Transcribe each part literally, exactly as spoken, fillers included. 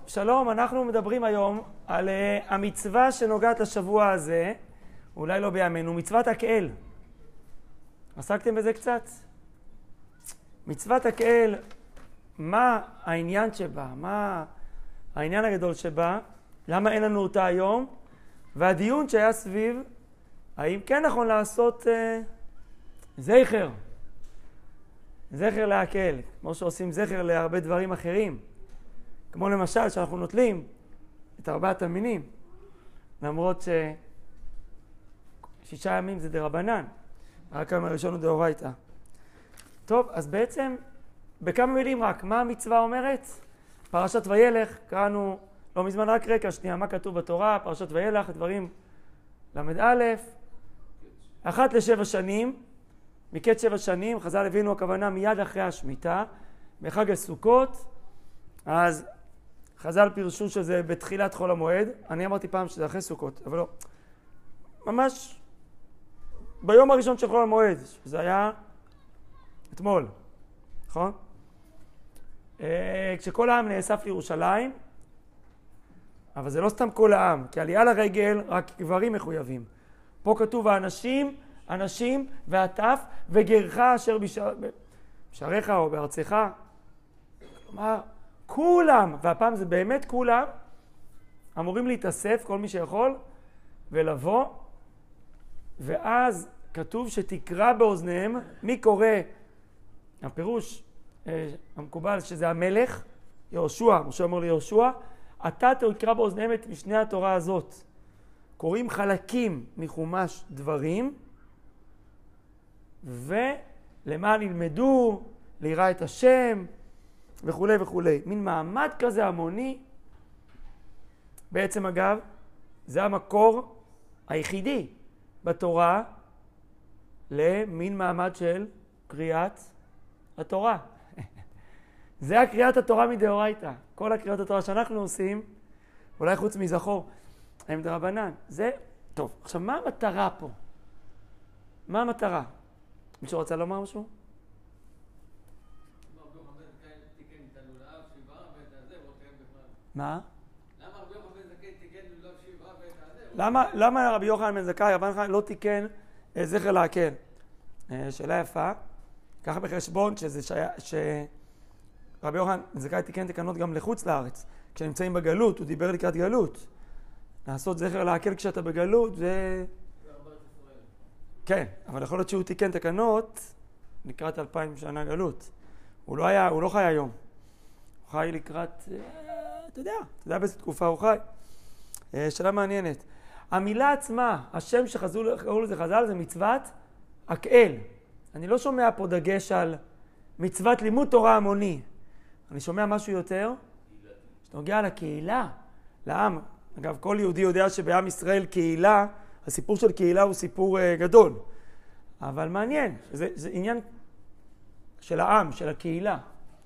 שלום, אנחנו מדברים היום על uh, המצווה שנוגעת לשבוע הזה, אולי לא בימינו, מצוות הקהל. עסקתם בזה קצת? מצוות הקהל, מה העניין שבה? מה העניין הגדול שבה? למה אין לנו אותה היום? והדיון שהיה סביב, האם כן נכון לעשות uh, זכר? זכר להקהל, כמו שעושים זכר להרבה דברים אחרים. כמו למשל שאנחנו נוטלים את ארבעת המינים, למרות ששישה ימים זה דרבנן, רק היום הראשון הוא דאורייתא. טוב, אז בעצם בכמה מילים רק, מה המצווה אומרת? פרשת וילך, קראנו לא מזמן רק רקע, שנייה, מה כתוב בתורה, פרשת וילך, דברים למד א', אחת לשבע שנים, מקץ שבע שנים, חז"ל הבינו הכוונה מיד אחרי השמיטה, בחג הסוכות, אז חז"ל פירשו שזה בתחילת חול המועד, אני אמרתי פעם שזה אחרי סוכות, אבל לא, ממש ביום הראשון של חול המועד, שזה היה אתמול, נכון? כשכל העם נאסף לירושלים, אבל זה לא סתם כל העם, כי עלייה לרגל רק גברים מחויבים. פה כתוב האנשים, אנשים והטף וגרך אשר בשעריך או בארצך. כלומר, כולם, והפעם זה באמת כולם, אמורים להתאסף, כל מי שיכול, ולבוא, ואז כתוב שתקרא באוזניהם, מי קורא? הפירוש אה, המקובל שזה המלך, יהושע, משה אמר ליהושע, אתה תקרא באוזניהם את משנה התורה הזאת. קוראים חלקים מחומש דברים, ולמה נלמדו, ליראה את השם, וכו' וכו'. מין מעמד כזה המוני, בעצם אגב, זה המקור היחידי בתורה למין מעמד של קריאת התורה. זה הקריאת התורה מדאורייתא. כל הקריאת התורה שאנחנו עושים, אולי חוץ מזכור, הם דרבנן. זה, טוב, עכשיו מה המטרה פה? מה המטרה? מישהו רוצה לומר משהו? מה? למה רבי יוחנן בן זכאי תיקן לולב שבעה ואת הזה? למה, למה רבי יוחנן בן זכאי, רבי יוחנן לא תיקן זכר להקהל? שאלה יפה. ככה בחשבון שזה שיה, שרבי יוחנן בן זכאי תיקן תקנות גם לחוץ לארץ. כשנמצאים בגלות, הוא דיבר לקראת גלות. לעשות זכר להקהל כשאתה בגלות זה... כן, אבל יכול להיות שהוא תיקן תקנות לקראת אלפיים שנה גלות. הוא לא היה, הוא לא חי היום. הוא חי לקראת... אתה יודע, אתה יודע באיזו תקופה הוא חי. שאלה מעניינת. המילה עצמה, השם שחזרו לזה חז"ל, זה מצוות הקהל. אני לא שומע פה דגש על מצוות לימוד תורה המוני. אני שומע משהו יותר, שנוגע לקהילה, לעם. אגב, כל יהודי יודע שבעם ישראל קהילה, הסיפור של קהילה הוא סיפור uh, גדול. אבל מעניין, זה, זה עניין של העם, של הקהילה.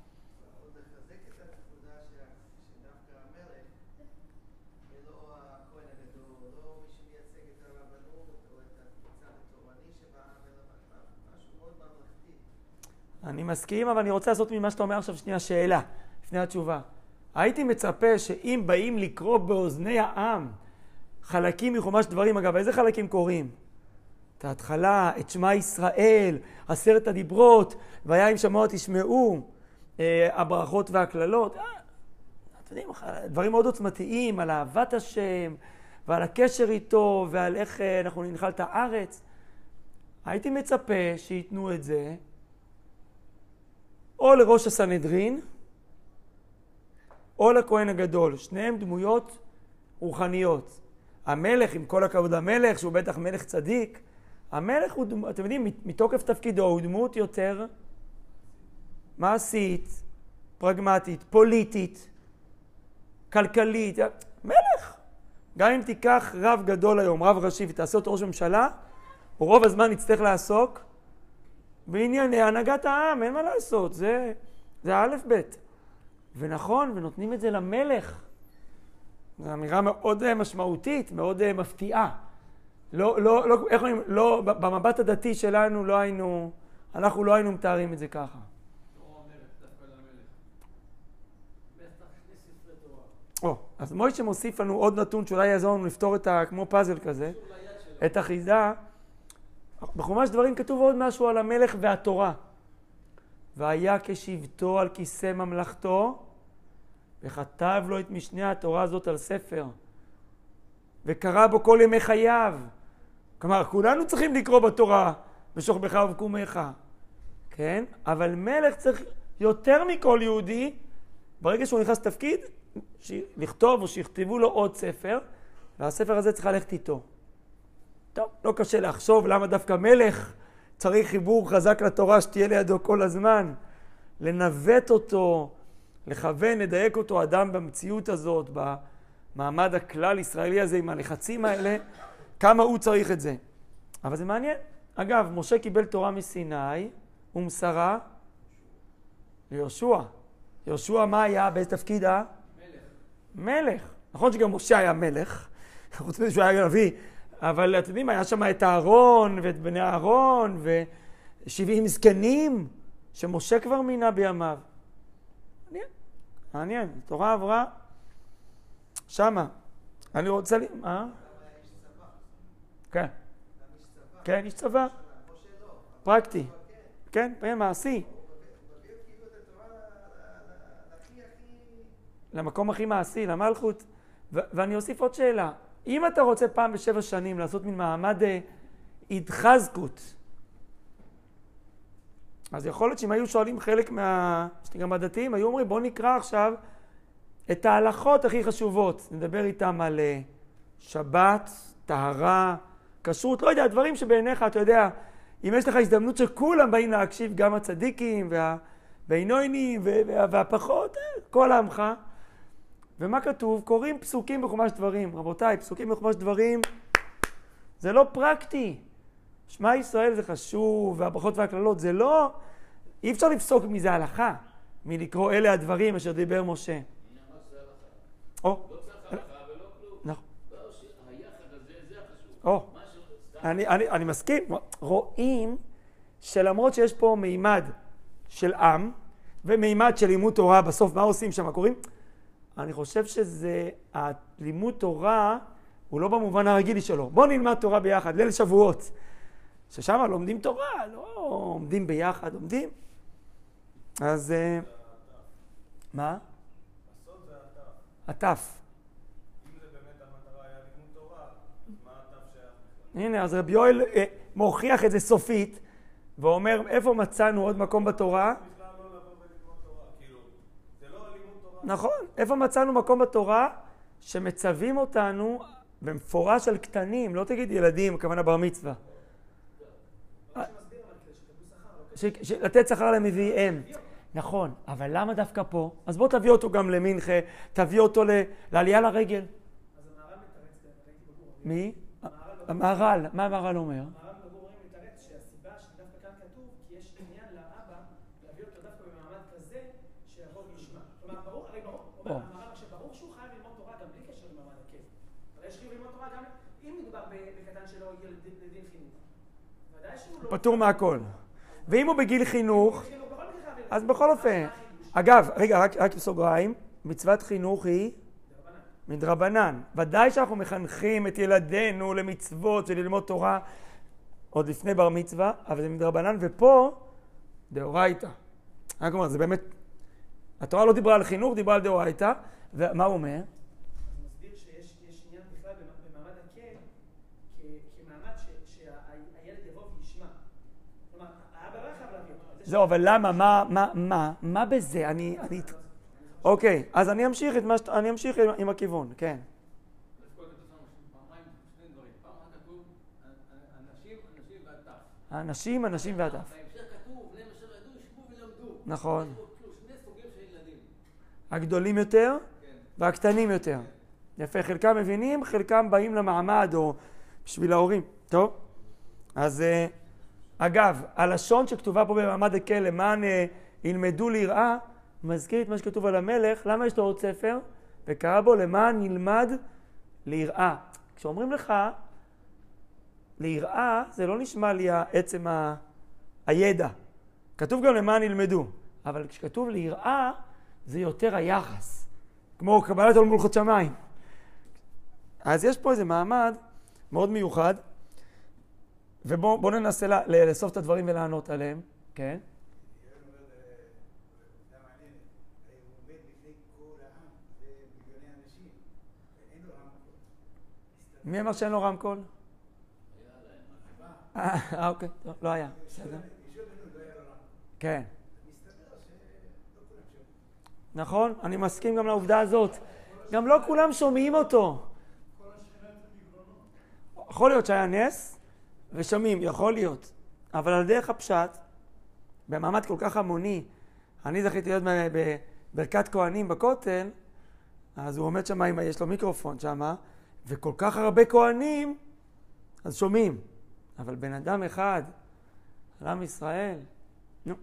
אני מסכים, אבל אני רוצה לעשות ממה שאתה אומר עכשיו שנייה שאלה, לפני התשובה. הייתי מצפה שאם באים לקרוא באוזני העם חלקים מחומש דברים, אגב, איזה חלקים קוראים? את ההתחלה, את שמע ישראל, עשרת הדיברות, והיה אם שמוע תשמעו, אה, הברכות והכללות. אה, אתם יודעים, דברים מאוד עוצמתיים על אהבת השם, ועל הקשר איתו, ועל איך אה, אנחנו ננחל את הארץ. הייתי מצפה שיתנו את זה, או לראש הסנהדרין, או לכהן הגדול. שניהם דמויות רוחניות. המלך, עם כל הכבוד המלך, שהוא בטח מלך צדיק, המלך הוא, דמות, אתם יודעים, מתוקף תפקידו, הוא דמות יותר מעשית, פרגמטית, פוליטית, כלכלית. מלך. גם אם תיקח רב גדול היום, רב ראשי, ותעשה אותו ראש ממשלה, הוא רוב הזמן יצטרך לעסוק בענייני הנהגת העם, אין מה לעשות, זה, זה א' ב'. ונכון, ונותנים את זה למלך. זו אמירה מאוד משמעותית, מאוד מפתיעה. לא, לא, לא, איך אומרים, לא, במבט הדתי שלנו לא היינו, אנחנו לא היינו מתארים את זה ככה. אז מוישה מוסיף לנו עוד נתון שאולי יעזור לנו לפתור את ה... כמו פאזל כזה, את החידה. בחומש דברים כתוב עוד משהו על המלך והתורה. והיה כשבטו על כיסא ממלכתו, וכתב לו את משנה התורה הזאת על ספר, וקרא בו כל ימי חייו. כלומר, כולנו צריכים לקרוא בתורה, בשוכבך ובקומך. כן? אבל מלך צריך יותר מכל יהודי, ברגע שהוא נכנס לתפקיד, לכתוב או שיכתבו לו עוד ספר, והספר הזה צריך ללכת איתו. טוב, לא קשה לחשוב למה דווקא מלך צריך חיבור חזק לתורה שתהיה לידו כל הזמן, לנווט אותו, לכוון, לדייק אותו אדם במציאות הזאת, במעמד הכלל ישראלי הזה עם הלחצים האלה, כמה הוא צריך את זה. אבל זה מעניין. אגב, משה קיבל תורה מסיני ומסרה ליהושע. יהושע מה היה? באיזה תפקיד? מלך. מלך. נכון שגם משה היה מלך, חוץ מזה שהוא היה נביא, אבל אתם יודעים, היה שם את אהרון ואת בני אהרון ושבעים זקנים שמשה כבר מינה בימיו. מעניין, מעניין. התורה עברה שמה. אני רוצה לי... אה? כן. כן, איש צבא. פרקטי. כן, פעמים מעשי. למקום הכי מעשי, למלכות. ואני אוסיף עוד שאלה. אם אתה רוצה פעם בשבע שנים לעשות מין מעמד התחזקות, אז יכול להיות שאם היו שואלים חלק מה... גם הדתיים, היו אומרים, בוא נקרא עכשיו את ההלכות הכי חשובות. נדבר איתם על שבת, טהרה, כשרות, לא יודע, דברים שבעיניך, אתה יודע, אם יש לך הזדמנות שכולם באים להקשיב, גם הצדיקים והבינוניים וה... והפחות, כל העמך. ומה כתוב? קוראים פסוקים בחומש דברים. רבותיי, פסוקים בחומש דברים זה לא פרקטי. שמע ישראל זה חשוב, והברכות והכללות זה לא... אי אפשר לפסוק מזה הלכה, מלקרוא אלה הדברים אשר דיבר משה. או. לא צריך הלכה ולא כלום. נכון. היחד הזה, זה החשוב. או. אני, אני, אני מסכים. רואים שלמרות שיש פה מימד של עם, ומימד של לימוד תורה, בסוף מה עושים שם? קוראים? אני חושב שזה, הלימוד תורה הוא לא במובן הרגילי שלו. בוא נלמד תורה ביחד, ליל שבועות. ששם לומדים תורה, לא עומדים ביחד, עומדים. אז... מה? הסוד זה הטף. הטף. אם זה באמת המטרה היה לימוד תורה, מה הטף שייך? הנה, אז רבי יואל אה, מוכיח את זה סופית, ואומר, איפה מצאנו עוד מקום בתורה? בכלל לא לבוא וללמוד תורה, כאילו, זה לא לימוד תורה. נכון, איפה מצאנו מקום בתורה שמצווים אותנו במפורש על קטנים, לא תגיד ילדים, הכוונה בר מצווה. לתת שכר למביאיהם. נכון, אבל למה דווקא פה? אז בוא תביא אותו גם למנחה, תביא אותו לעלייה לרגל. אז המהר"ל מתרץ, ראיתי בגור. מי? המהר"ל. מה המהר"ל אומר? המהר"ל בגור אומרים מתרץ שהסיבה שדווקא כאן כתוב, כי יש עניין לאבא להביא אותו דווקא במעמד כזה שיבוא וישמע. כלומר, ברור, הרי ברור, אומר המהר"ל שברור שהוא חייב ללמוד תורה גם בלי קשר למעמד הכיף. אבל יש חיוב ללמוד תורה גם אם מדובר בקטן שלו לדין חינוך. ודאי שהוא לא... פטור מהכל. ואם הוא בגיל חינוך, אז בכל אופן. אגב, רגע, רק, רק בסוגריים, מצוות חינוך היא מדרבנן. ודאי שאנחנו מחנכים את ילדינו למצוות וללמוד תורה עוד לפני בר מצווה, אבל זה מדרבנן, ופה דאורייתא. רק אומר, זה באמת, התורה לא דיברה על חינוך, דיברה על דאורייתא, ומה הוא אומר? הוא מסביר שיש עניין בכלל במעמד הכן, כמעמד שהילד יבוא וישמע. כלומר, האבא לא חייב להביא אותו. זהו, אבל למה? מה, מה, מה? מה בזה? אני, אני... אוקיי, אז אני אמשיך את מה ש... אני אמשיך עם הכיוון, כן. האנשים, אנשים והטף. בהמשך כתוב, בני משה לא ידעו, ישבו ולמדו. נכון. שני סוגים של ילדים. הגדולים יותר והקטנים יותר. יפה, חלקם מבינים, חלקם באים למעמד או בשביל ההורים. טוב? אז אגב, הלשון שכתובה פה במעמד הקל, למען ילמדו ליראה, מזכיר את מה שכתוב על המלך. למה יש לו עוד ספר? וקרא בו למען ילמד ליראה. כשאומרים לך ליראה, זה לא נשמע לי עצם ה... הידע. כתוב גם למען ילמדו. אבל כשכתוב ליראה, זה יותר היחס. כמו קבלת עול מלכות שמיים. אז יש פה איזה מעמד מאוד מיוחד, ובואו ננסה לאסוף את הדברים ולענות עליהם. כן? מי אמר שאין לו רמקול? אה, אוקיי, לא היה. בסדר. כן. נכון, אני מסכים גם לעובדה הזאת. גם לא כולם שומעים אותו. יכול להיות שהיה נס ושומעים, יכול להיות. אבל על דרך הפשט, במעמד כל כך המוני, אני זכיתי להיות בברכת כהנים בכותל, אז הוא עומד שם, יש לו מיקרופון שם, וכל כך הרבה כהנים, אז שומעים. אבל בן אדם אחד, על עם ישראל, נו.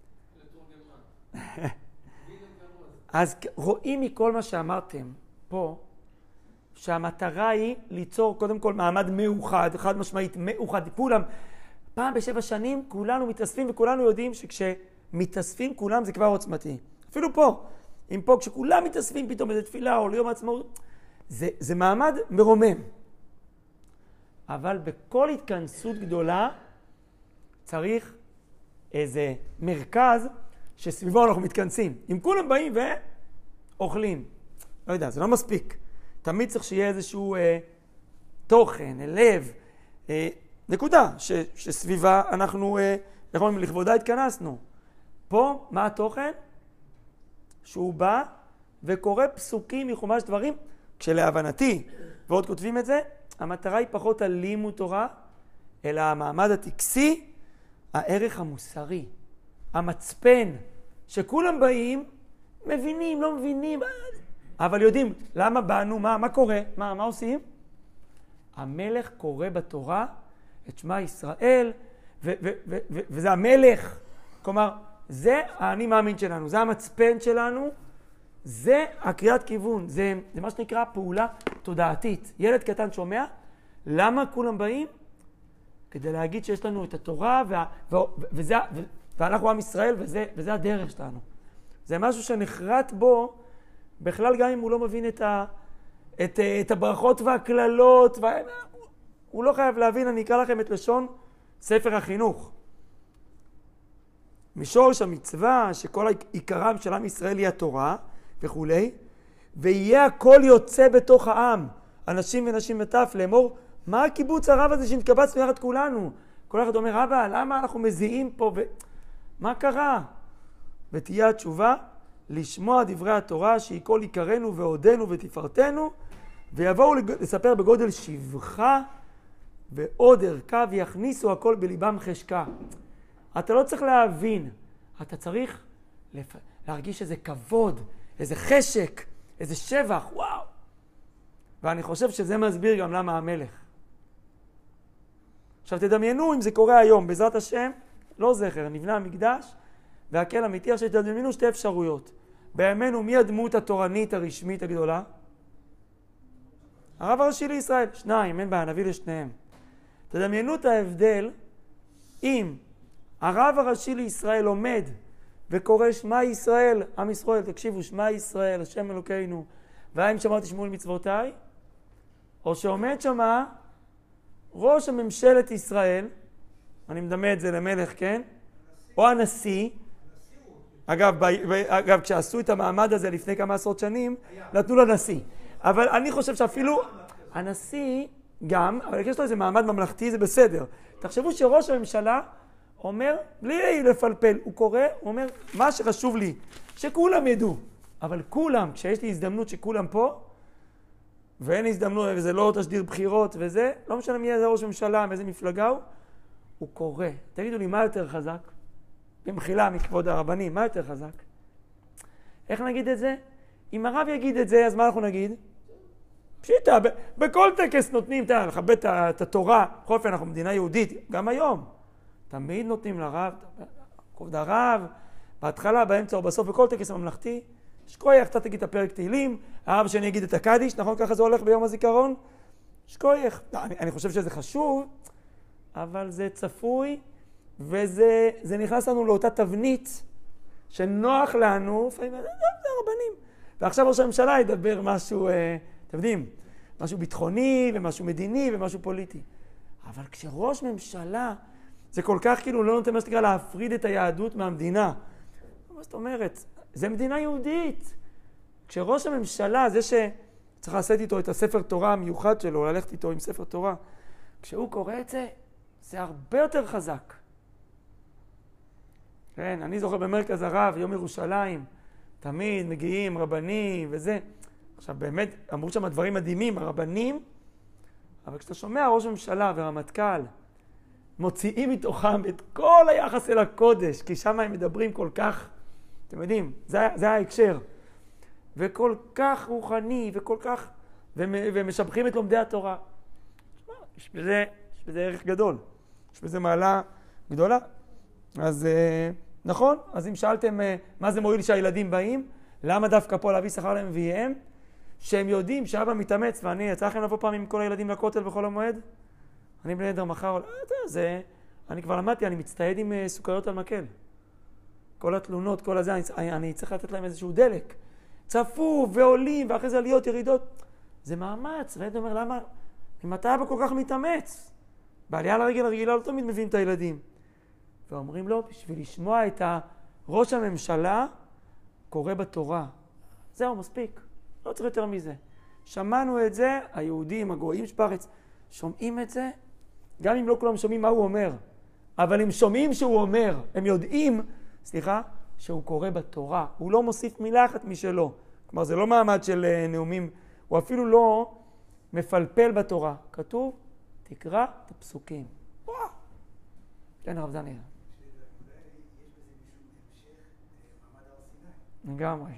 אז רואים מכל מה שאמרתם פה, שהמטרה היא ליצור קודם כל מעמד מאוחד, חד משמעית מאוחד, כולם, פעם בשבע שנים כולנו מתאספים וכולנו יודעים שכשמתאספים כולם זה כבר עוצמתי. אפילו פה, אם פה כשכולם מתאספים פתאום איזו תפילה או ליום העצמאות, זה, זה מעמד מרומם. אבל בכל התכנסות גדולה צריך איזה מרכז שסביבו אנחנו מתכנסים. אם כולם באים ואוכלים, לא יודע, זה לא מספיק. תמיד צריך שיהיה איזשהו אה, תוכן, לב, אה, נקודה, ש, שסביבה אנחנו, אה, אנחנו לכבודה התכנסנו. פה, מה התוכן? שהוא בא וקורא פסוקים מחומש דברים, כשלהבנתי, ועוד כותבים את זה, המטרה היא פחות על לימוד תורה, אלא המעמד הטקסי, הערך המוסרי, המצפן, שכולם באים, מבינים, לא מבינים, אבל יודעים למה באנו, מה, מה קורה, מה, מה עושים? המלך קורא בתורה את שמע ישראל, ו- ו- ו- ו- וזה המלך, כלומר, זה האני מאמין שלנו, זה המצפן שלנו, זה הקריאת כיוון, זה, זה מה שנקרא פעולה תודעתית. ילד קטן שומע, למה כולם באים? כדי להגיד שיש לנו את התורה, וה, וה, וזה, ואנחנו עם ישראל, וזה, וזה הדרך שלנו. זה משהו שנחרט בו, בכלל גם אם הוא לא מבין את, ה, את, את הברכות והכללות, וה, הוא לא חייב להבין, אני אקרא לכם את לשון ספר החינוך. משורש המצווה, שכל עיקרם של עם ישראל היא התורה, וכולי, ויהיה הכל יוצא בתוך העם, אנשים ונשים וטף, לאמור, מה הקיבוץ הרב הזה שנתקבצנו יחד כולנו? כל אחד אומר, אבא, למה אנחנו מזיעים פה? ו... מה קרה? ותהיה התשובה, לשמוע דברי התורה, שהיא כל עיקרנו ועודנו ותפארתנו, ויבואו לספר בגודל שבחה ועוד ערכה, ויכניסו הכל בליבם חשקה. אתה לא צריך להבין, אתה צריך לפ... להרגיש איזה כבוד, איזה חשק, איזה שבח, וואו. ואני חושב שזה מסביר גם למה המלך. עכשיו תדמיינו אם זה קורה היום, בעזרת השם, לא זכר, נבנה המקדש, והקהל אמיתי, עכשיו תדמיינו שתי אפשרויות. בימינו, מי הדמות התורנית הרשמית הגדולה? הרב הראשי לישראל, שניים, אין בעיה, נביא לשניהם. תדמיינו את ההבדל, אם הרב הראשי לישראל עומד וקורא שמע ישראל, עם ישראל, תקשיבו, שמע ישראל, השם אלוקינו, והאם שמעתי שמעו מצוותיי, או שעומד שמה ראש הממשלת ישראל, אני מדמה את זה למלך, כן? או הנשיא, אגב, ב, ב, אגב, כשעשו את המעמד הזה לפני כמה עשרות שנים, נתנו לנשיא. אבל אני חושב שאפילו הנשיא גם, אבל יש לו איזה מעמד ממלכתי, זה בסדר. תחשבו שראש הממשלה אומר, בלי לפלפל, הוא קורא, הוא אומר, מה שחשוב לי, שכולם ידעו. אבל כולם, כשיש לי הזדמנות שכולם פה, ואין לי הזדמנות, וזה לא תשדיר בחירות וזה, לא משנה מי זה ראש ממשלה, מאיזה מפלגה הוא, הוא קורא. תגידו לי, מה יותר חזק? במחילה מכבוד הרבנים, מה יותר חזק? איך נגיד את זה? אם הרב יגיד את זה, אז מה אנחנו נגיד? פשיטה, ב- בכל טקס נותנים, תראה, לכבד את התורה, בכל אופן אנחנו מדינה יהודית, גם היום. תמיד נותנים לרב, כבוד הרב, בהתחלה, באמצע או בסוף, בכל טקס הממלכתי, שכוייך, אתה תגיד את הפרק תהילים, הרב שאני אגיד את הקדיש, נכון? ככה זה הולך ביום הזיכרון? שכוייך. לא, אני, אני חושב שזה חשוב, אבל זה צפוי, וזה זה נכנס לנו לאותה תבנית, שנוח לנו, לפעמים, זה הרבנים, ועכשיו ראש הממשלה ידבר משהו, אה, אתם יודעים, משהו ביטחוני ומשהו מדיני ומשהו פוליטי. אבל כשראש ממשלה, זה כל כך כאילו לא נותן מה שתקרא להפריד את היהדות מהמדינה. מה זאת אומרת? זה מדינה יהודית. כשראש הממשלה, זה שצריך לשאת איתו את הספר תורה המיוחד שלו, ללכת איתו עם ספר תורה, כשהוא קורא את זה, זה הרבה יותר חזק. כן, אני זוכר במרכז הרב, יום ירושלים, תמיד מגיעים רבנים וזה. עכשיו באמת, אמרו שם דברים מדהימים, הרבנים, אבל כשאתה שומע ראש ממשלה ורמטכ"ל, מוציאים מתוכם את כל היחס אל הקודש, כי שם הם מדברים כל כך, אתם יודעים, זה, זה ההקשר. וכל כך רוחני, וכל כך, ומשבחים את לומדי התורה. יש בזה, יש בזה ערך גדול. יש בזה מעלה גדולה. אז נכון, אז אם שאלתם מה זה מועיל שהילדים באים, למה דווקא פה להביא שכר להם ויהם? שהם יודעים שאבא מתאמץ, ואני יצא לכם לבוא פעם עם כל הילדים לכותל בחול המועד? אני בני נדר מחר, זה, אני כבר למדתי, אני מצטייד עם סוכריות על מקל. כל התלונות, כל הזה, אני, אני צריך לתת להם איזשהו דלק. צפו ועולים, ואחרי זה עליות, ירידות. זה מאמץ, ואני אומר, למה? ממתי אבא כל כך מתאמץ? בעלייה לרגל הרגילה לא תמיד מביאים את הילדים. ואומרים לו, בשביל לשמוע את ראש הממשלה, קורא בתורה. זהו, מספיק. לא צריך יותר מזה. שמענו את זה, היהודים, הגויים שבארץ, שומעים את זה, גם אם לא כולם שומעים מה הוא אומר, אבל הם שומעים שהוא אומר, הם יודעים, סליחה, שהוא קורא בתורה. הוא לא מוסיף מילה אחת משלו. כלומר, זה לא מעמד של נאומים, הוא אפילו לא מפלפל בתורה. כתוב, תקרא את הפסוקים. וואו! כן, הרב דניאל. לגמרי.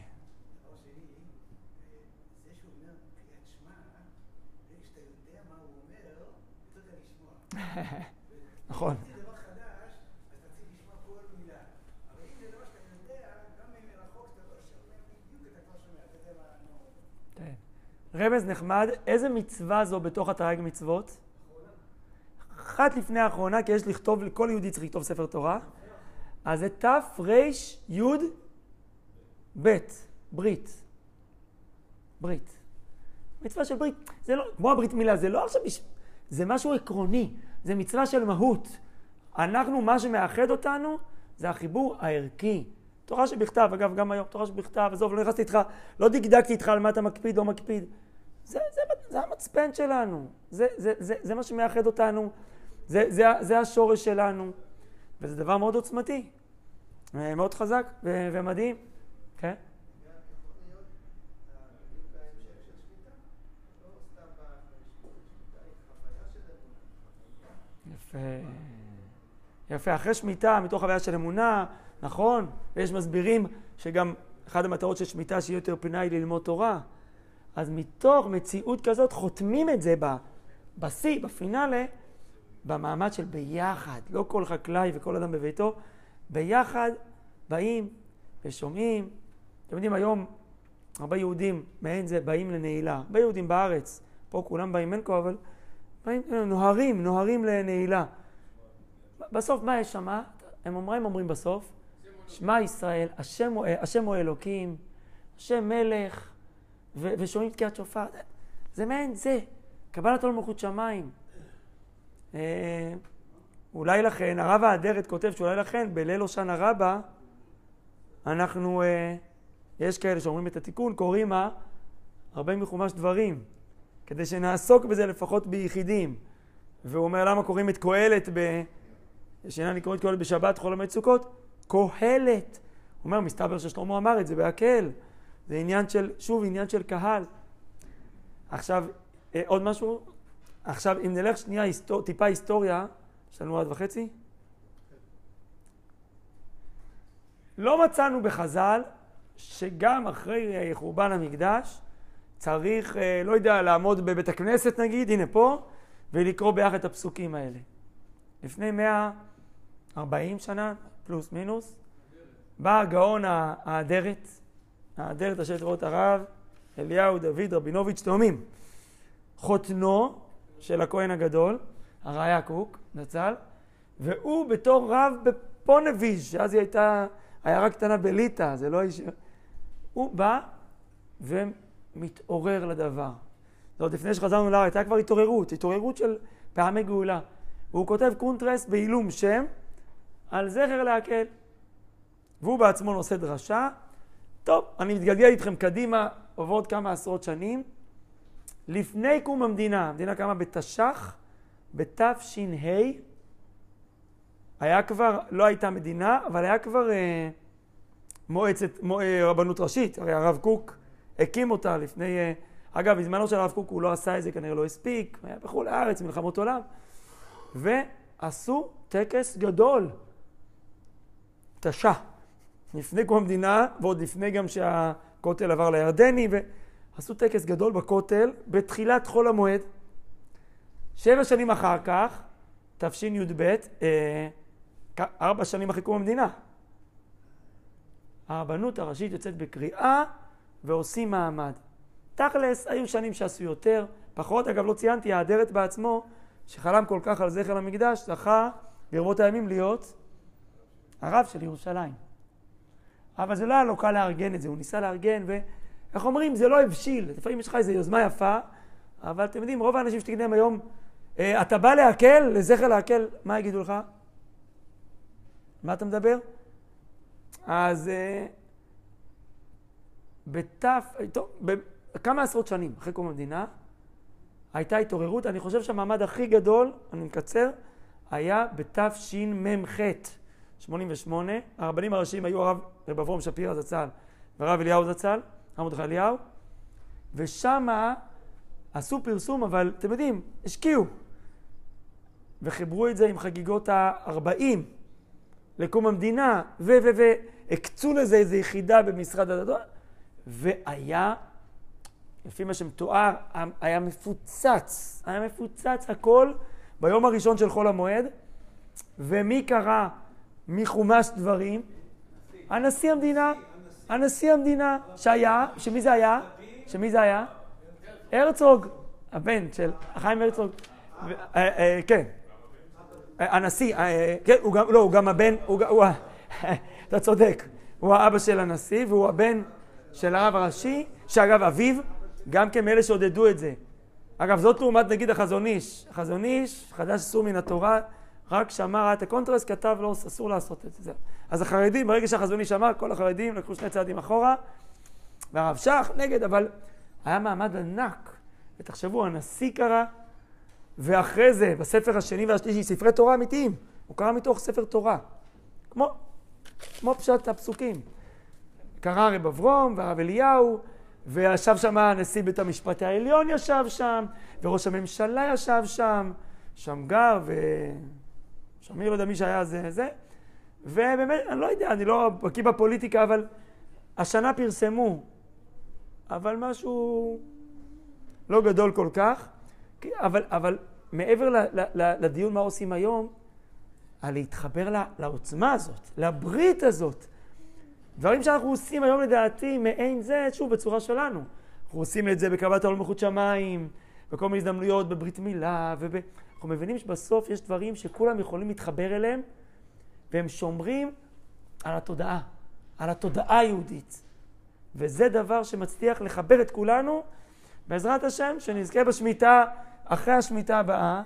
נכון. זה דבר חדש, אתה צריך לשמוע כל מילה. אבל אם זה דבר שאתה יודע, גם אם מרחוק אתה לא שומע בדיוק, אתה כבר שומע. אתה יודע מה... רמז נחמד, איזה מצווה זו בתוך התרי"ג מצוות? אחת לפני האחרונה, כי יש לכתוב, לכל יהודי צריך לכתוב ספר תורה. אז זה ת' ר' י' ב', ברית. ברית. מצווה של ברית. זה לא, כמו הברית מילה, זה לא עכשיו, זה משהו עקרוני. זה מצווה של מהות. אנחנו, מה שמאחד אותנו, זה החיבור הערכי. תורה שבכתב, אגב, גם היום, תורה שבכתב, עזוב, לא נכנסתי איתך, לא דקדקתי איתך על מה אתה מקפיד, לא מקפיד. זה, זה, זה המצפן שלנו. זה, זה, זה, זה מה שמאחד אותנו. זה, זה, זה השורש שלנו. וזה דבר מאוד עוצמתי. מאוד חזק ו- ומדהים. כן? יפה. יפה. אחרי שמיטה, מתוך חוויה של אמונה, נכון? ויש מסבירים שגם אחד המטרות של שמיטה שיהיה יותר פנאי ללמוד תורה. אז מתוך מציאות כזאת חותמים את זה בסי, בפינאלה, במעמד של ביחד. לא כל חקלאי וכל אדם בביתו. ביחד באים ושומעים. אתם יודעים, היום הרבה יהודים מעין זה באים לנעילה. הרבה יהודים בארץ, פה כולם באים אין כה, אבל באים, נוהרים, נוהרים לנעילה. בסוף מה יש שם? הם אומרים, אומרים בסוף, שמע ישראל, השם, השם הוא אלוקים, השם מלך, ו- ושומעים תקיעת שופר. זה מעין זה, קבלת עול מלכות שמיים. אה, אולי לכן, הרב האדרת כותב שאולי לכן, בליל הושענא רבה, אנחנו, אה, יש כאלה שאומרים את התיקון, קוראים מה? הרבה מחומש דברים, כדי שנעסוק בזה לפחות ביחידים. והוא אומר, למה קוראים את קהלת ב... שאינן לקרוא את קהלת בשבת, חול המועד סוכות? קהלת. הוא אומר, מסתבר ששלמה אמר את זה בהקל. זה עניין של, שוב, עניין של קהל. עכשיו, אה, עוד משהו? עכשיו, אם נלך שנייה, היסטור, טיפה היסטוריה, יש לנו עד וחצי. לא מצאנו בחז"ל שגם אחרי חורבן המקדש צריך, לא יודע, לעמוד בבית הכנסת נגיד, הנה פה, ולקרוא ביחד את הפסוקים האלה. לפני מאה וארבעים שנה, פלוס מינוס, בא הגאון האדרת, האדרת אשר תבואות הרב, אליהו דוד רבינוביץ' תאומים, חותנו של הכהן הגדול, הראיה קוק, נצל, והוא בתור רב בפונביז', שאז היא הייתה עיירה קטנה בליטא, זה לא איש... הוא בא ומתעורר לדבר. זאת אומרת, לפני שחזרנו לארץ, הייתה כבר התעוררות, התעוררות של פעמי גאולה. והוא כותב קונטרס בעילום שם על זכר להקל. והוא בעצמו נושא דרשה. טוב, אני מתגלגל איתכם קדימה, עוברות כמה עשרות שנים. לפני קום המדינה, המדינה קמה בתש"ח, בתש"ה, היה כבר, לא הייתה מדינה, אבל היה כבר אה, מועצת, מו, אה, רבנות ראשית. הרי הרב קוק הקים אותה לפני, אה, אגב, בזמנו של הרב קוק הוא לא עשה את זה, כנראה לא הספיק, היה בחו"ל הארץ, מלחמות עולם. ועשו טקס גדול, תש"ע, לפני קום המדינה, ועוד לפני גם שהכותל עבר לירדני, ועשו טקס גדול בכותל, בתחילת חול המועד. שבע שנים אחר כך, תשי"ב, אה, ארבע שנים אחרי קום המדינה. הרבנות הראשית יוצאת בקריאה ועושים מעמד. תכלס, היו שנים שעשו יותר, פחות. אגב, לא ציינתי, האדרת בעצמו, שחלם כל כך על זכר למקדש, זכה ברבות הימים להיות הרב של ירושלים. אבל זה לא היה לו קל לארגן את זה, הוא ניסה לארגן, ואיך אומרים, זה לא הבשיל. לפעמים יש לך איזו יוזמה יפה, אבל אתם יודעים, רוב האנשים שתגיד להם היום, אתה בא להקל, לזכר להקל, מה יגידו לך? מה אתה מדבר? אז בתף, טוב, בכמה עשרות שנים אחרי קום המדינה, הייתה התעוררות. אני חושב שהמעמד הכי גדול, אני מקצר, היה בתשמ"ח, שמונים ושמונה. הרבנים הראשיים היו הרב רב אברהם שפירא זצ"ל והרב אליהו זצ"ל, הרב מרדכי אליהו, ושמה עשו פרסום, אבל אתם יודעים, השקיעו. וחיברו את זה עם חגיגות ה-ארבעים לקום המדינה, ו... ו... ו... הקצו לזה איזו יחידה במשרד הדתות, והיה, לפי מה שמתואר, היה מפוצץ, היה מפוצץ הכל ביום הראשון של חול המועד. ומי קרא מחומש דברים? הנשיא המדינה, הנשיא המדינה, שהיה, שמי זה היה? שמי זה היה? הרצוג, הבן של חיים הרצוג. כן, הנשיא, כן, הוא גם, לא, הוא גם הבן, הוא, אתה צודק, הוא האבא של הנשיא, והוא הבן של הרב הראשי, שאגב, אביו, גם כמאלה שעודדו את זה. אגב, זאת לעומת נגיד החזון איש. החזון איש, חדש אסור מן התורה, רק שאמר את הקונטרס, כתב לו, אסור לעשות את זה. אז החרדים, ברגע שהחזון איש אמר, כל החרדים לקחו שני צעדים אחורה, והרב שך נגד, אבל היה מעמד ענק. ותחשבו, הנשיא קרא, ואחרי זה, בספר השני והשלישי, ספרי תורה אמיתיים. הוא קרא מתוך ספר תורה. כמו, כמו פשט הפסוקים. קרא רב אברהם והרב אליהו, וישב שם הנשיא בית המשפט העליון ישב שם, וראש הממשלה ישב שם, שמגר ושמיר, לא יודע מי שהיה זה, זה. ובאמת, אני לא יודע, אני לא בקיא בפוליטיקה, אבל השנה פרסמו, אבל משהו לא גדול כל כך. אבל, אבל מעבר ל, ל, ל, לדיון מה עושים היום, על להתחבר לה, לעוצמה הזאת, לברית הזאת. דברים שאנחנו עושים היום לדעתי מעין זה, שוב, בצורה שלנו. אנחנו עושים את זה בקרבת העול מלכות שמיים, בכל מיני הזדמנויות, בברית מילה, וב... אנחנו מבינים שבסוף יש דברים שכולם יכולים להתחבר אליהם, והם שומרים על התודעה, על התודעה היהודית. וזה דבר שמצליח לחבר את כולנו, בעזרת השם, שנזכה בשמיטה, אחרי השמיטה הבאה,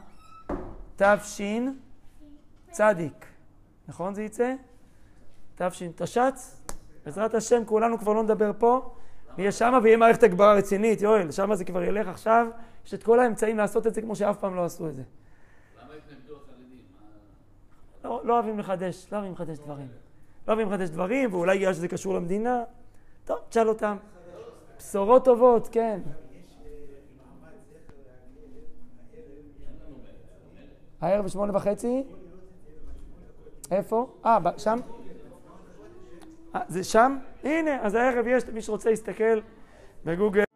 תש"ן צדיק. נכון זה יצא? תש"ן תש"ץ. בעזרת השם, כולנו כבר לא נדבר פה. נהיה שמה ויהיה מערכת הגברה רצינית, יואל. שמה זה כבר ילך עכשיו. יש את כל האמצעים לעשות את זה כמו שאף פעם לא עשו את זה. למה התנגדו החרדים? לא, לא אוהבים לחדש, לא אוהבים לחדש דברים. לא אוהבים לחדש דברים, ואולי יהיה שזה קשור למדינה. טוב, תשאל אותם. בשורות טובות, כן. הערב בשמונה וחצי? איפה? אה, שם? זה שם? הנה, אז הערב יש, מי שרוצה להסתכל בגוגל.